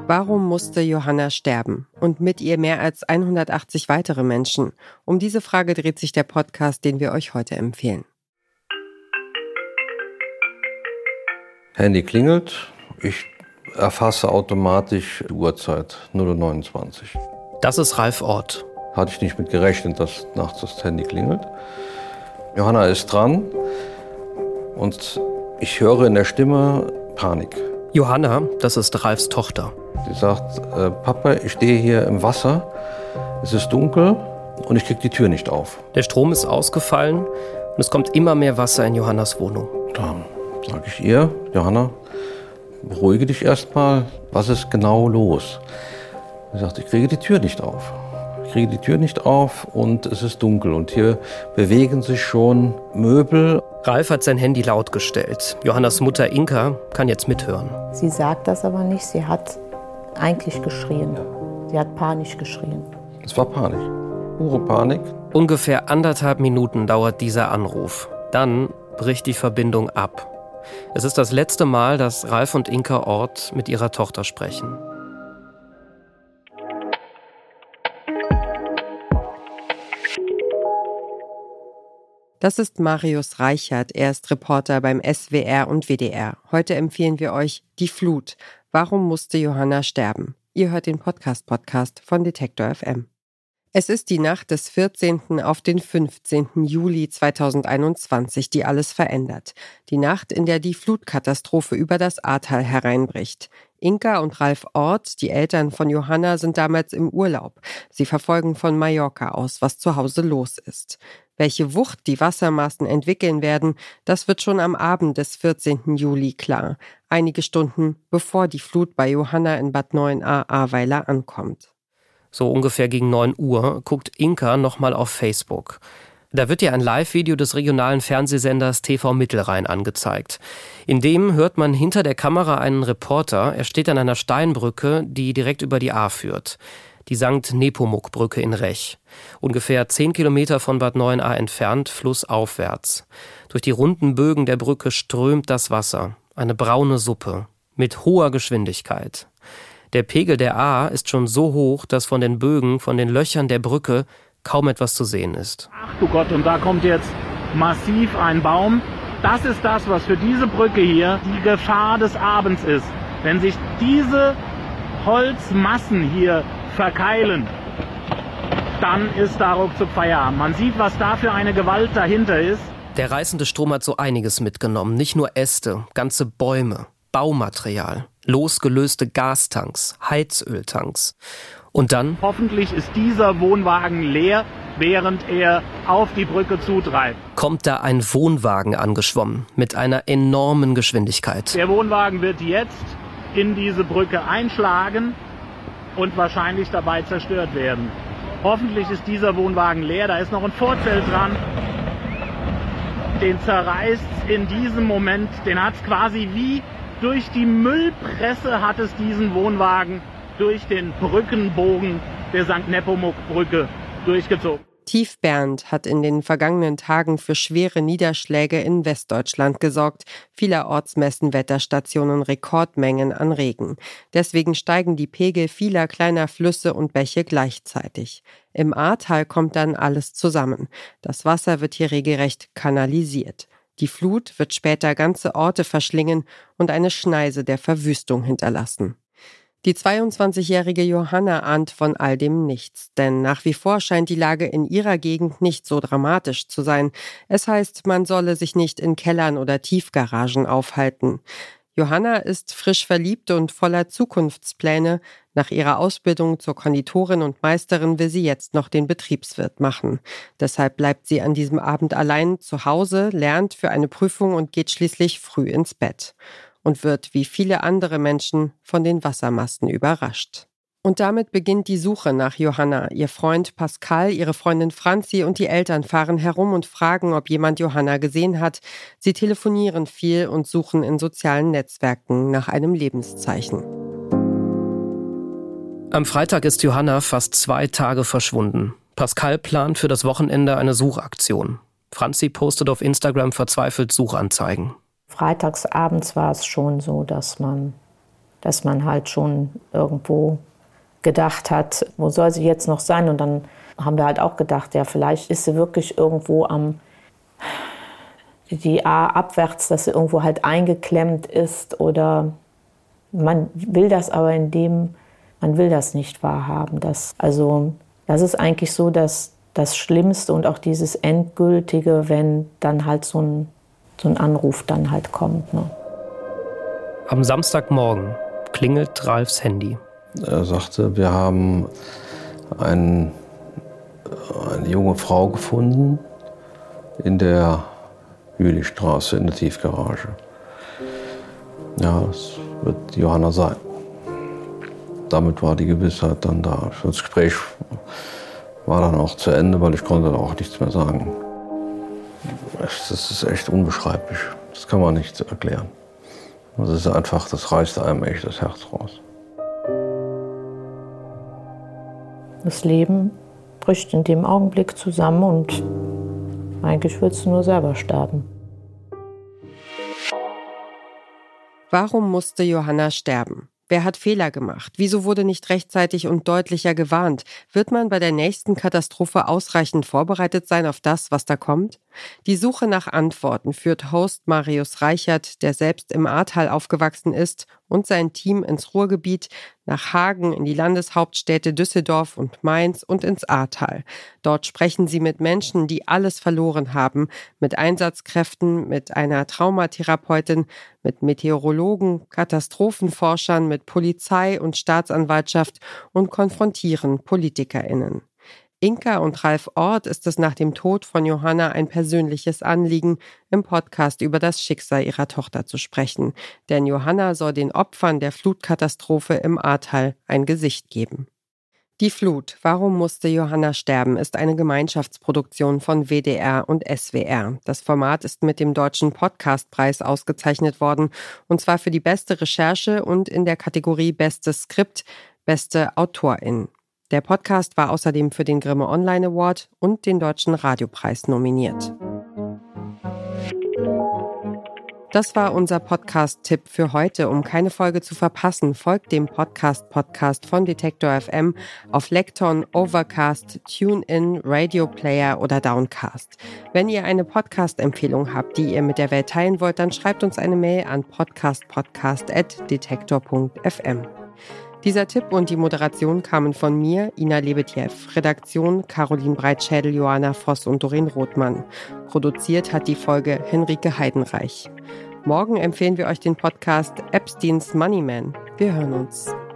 Warum musste Johanna sterben? Und mit ihr mehr als 180 weitere Menschen? Um diese Frage dreht sich der Podcast, den wir euch heute empfehlen. Handy klingelt, ich erfasse automatisch die Uhrzeit, 0:29 Uhr. Das ist Ralf Orth. Hatte ich nicht mit gerechnet, dass nachts das Handy klingelt. Johanna ist dran und ich höre in der Stimme Panik. Johanna, das ist Ralfs Tochter. Sie sagt, Papa, ich stehe hier im Wasser, es ist dunkel und ich kriege die Tür nicht auf. Der Strom ist ausgefallen und es kommt immer mehr Wasser in Johannas Wohnung. Dann sage ich ihr, Johanna, beruhige dich erstmal, was ist genau los? Sie sagt, ich kriege die Tür nicht auf. Ich kriege die Tür nicht auf und es ist dunkel und hier bewegen sich schon Möbel. Ralf hat sein Handy laut gestellt. Johannas Mutter Inka kann jetzt mithören. Sie sagt das aber nicht, sie hat eigentlich geschrien. Sie hat panisch geschrien. Es war Panik, pure Panik. Ungefähr 1,5 Minuten dauert dieser Anruf. Dann bricht die Verbindung ab. Es ist das letzte Mal, dass Ralf und Inka Orth mit ihrer Tochter sprechen. Das ist Marius Reichert, er ist Reporter beim SWR und WDR. Heute empfehlen wir euch Die Flut. Warum musste Johanna sterben? Ihr hört den Podcast von Detektor FM. Es ist die Nacht des 14. auf den 15. Juli 2021, die alles verändert. Die Nacht, in der die Flutkatastrophe über das Ahrtal hereinbricht. Inka und Ralf Orth, die Eltern von Johanna, sind damals im Urlaub. Sie verfolgen von Mallorca aus, was zu Hause los ist. Welche Wucht die Wassermassen entwickeln werden, das wird schon am Abend des 14. Juli klar. Einige Stunden, bevor die Flut bei Johanna in Bad Neuenahr-Ahrweiler ankommt. So ungefähr gegen 9 Uhr guckt Inka nochmal auf Facebook. Da wird ihr ein Live-Video des regionalen Fernsehsenders TV Mittelrhein angezeigt. In dem hört man hinter der Kamera einen Reporter. Er steht an einer Steinbrücke, die direkt über die Ahr führt. Die St. Nepomuk-Brücke in Rech. Ungefähr 10 Kilometer von Bad Neuenahr entfernt, flussaufwärts. Durch die runden Bögen der Brücke strömt das Wasser. Eine braune Suppe. Mit hoher Geschwindigkeit. Der Pegel der Ahr ist schon so hoch, dass von den Bögen, von den Löchern der Brücke kaum etwas zu sehen ist. Ach du Gott, und da kommt jetzt massiv ein Baum. Das ist das, was für diese Brücke hier die Gefahr des Abends ist. Wenn sich diese Holzmassen hier verkeilen, dann ist da ruckzuck Feierabend. Man sieht, was da für eine Gewalt dahinter ist. Der reißende Strom hat so einiges mitgenommen. Nicht nur Äste, ganze Bäume, Baumaterial, losgelöste Gastanks, Heizöltanks. Und dann? Hoffentlich ist dieser Wohnwagen leer, während er auf die Brücke zutreibt. Kommt da ein Wohnwagen angeschwommen mit einer enormen Geschwindigkeit. Der Wohnwagen wird jetzt in diese Brücke einschlagen und wahrscheinlich dabei zerstört werden. Hoffentlich ist dieser Wohnwagen leer, da ist noch ein Vorzelt dran. Den zerreißt in diesem Moment, den hat es quasi wie durch die Müllpresse hat es diesen Wohnwagen durch den Brückenbogen der St. Nepomuk-Brücke durchgezogen. Tiefbernd hat in den vergangenen Tagen für schwere Niederschläge in Westdeutschland gesorgt. Vielerorts messen Wetterstationen Rekordmengen an Regen. Deswegen steigen die Pegel vieler kleiner Flüsse und Bäche gleichzeitig. Im Ahrtal kommt dann alles zusammen. Das Wasser wird hier regelrecht kanalisiert. Die Flut wird später ganze Orte verschlingen und eine Schneise der Verwüstung hinterlassen. Die 22-jährige Johanna ahnt von all dem nichts, denn nach wie vor scheint die Lage in ihrer Gegend nicht so dramatisch zu sein. Es heißt, man solle sich nicht in Kellern oder Tiefgaragen aufhalten. Johanna ist frisch verliebt und voller Zukunftspläne. Nach ihrer Ausbildung zur Konditorin und Meisterin will sie jetzt noch den Betriebswirt machen. Deshalb bleibt sie an diesem Abend allein zu Hause, lernt für eine Prüfung und geht schließlich früh ins Bett. Und wird, wie viele andere Menschen, von den Wassermassen überrascht. Und damit beginnt die Suche nach Johanna. Ihr Freund Pascal, ihre Freundin Franzi und die Eltern fahren herum und fragen, ob jemand Johanna gesehen hat. Sie telefonieren viel und suchen in sozialen Netzwerken nach einem Lebenszeichen. Am Freitag ist Johanna fast 2 Tage verschwunden. Pascal plant für das Wochenende eine Suchaktion. Franzi postet auf Instagram verzweifelt Suchanzeigen. Freitagsabends war es schon so, dass man dass man halt schon irgendwo gedacht hat, wo soll sie jetzt noch sein? Und dann haben wir halt auch gedacht, ja, vielleicht ist sie wirklich irgendwo die A abwärts, dass sie irgendwo halt eingeklemmt ist, oder man will das aber man will das nicht wahrhaben. Das ist eigentlich so, dass das Schlimmste und auch dieses Endgültige, wenn dann halt so ein Anruf dann halt kommt. Ne? Am Samstagmorgen klingelt Ralfs Handy. Er sagte, wir haben eine junge Frau gefunden in der Jülistraße in der Tiefgarage. Ja, das wird Johanna sein. Damit war die Gewissheit dann da. Das Gespräch war dann auch zu Ende, weil ich konnte auch nichts mehr sagen. Das ist echt unbeschreiblich. Das kann man nicht erklären. Das ist einfach, das reißt einem echt das Herz raus. Das Leben bricht in dem Augenblick zusammen und eigentlich willst du nur selber sterben. Warum musste Johanna sterben? Wer hat Fehler gemacht? Wieso wurde nicht rechtzeitig und deutlicher gewarnt? Wird man bei der nächsten Katastrophe ausreichend vorbereitet sein auf das, was da kommt? Die Suche nach Antworten führt Host Marius Reichert, der selbst im Ahrtal aufgewachsen ist, und sein Team ins Ruhrgebiet, nach Hagen, in die Landeshauptstädte Düsseldorf und Mainz und ins Ahrtal. Dort sprechen sie mit Menschen, die alles verloren haben, mit Einsatzkräften, mit einer Traumatherapeutin, mit Meteorologen, Katastrophenforschern, mit Polizei und Staatsanwaltschaft und konfrontieren PolitikerInnen. Inka und Ralf Orth ist es nach dem Tod von Johanna ein persönliches Anliegen, im Podcast über das Schicksal ihrer Tochter zu sprechen. Denn Johanna soll den Opfern der Flutkatastrophe im Ahrtal ein Gesicht geben. Die Flut, warum musste Johanna sterben, ist eine Gemeinschaftsproduktion von WDR und SWR. Das Format ist mit dem Deutschen Podcastpreis ausgezeichnet worden, und zwar für die beste Recherche und in der Kategorie Bestes Skript, beste AutorInnen. Der Podcast war außerdem für den Grimme Online Award und den Deutschen Radiopreis nominiert. Das war unser Podcast-Tipp für heute. Um keine Folge zu verpassen, folgt dem Podcast von Detektor FM auf Lekton, Overcast, TuneIn, Radio Player oder Downcast. Wenn ihr eine Podcast-Empfehlung habt, die ihr mit der Welt teilen wollt, dann schreibt uns eine Mail an podcast@detektor.fm. Dieser Tipp und die Moderation kamen von mir, Ina Lebetjew. Redaktion Caroline Breitschädel, Johanna Voss und Doreen Rothmann. Produziert hat die Folge Henrike Heidenreich. Morgen empfehlen wir euch den Podcast Epsteins Moneyman. Wir hören uns.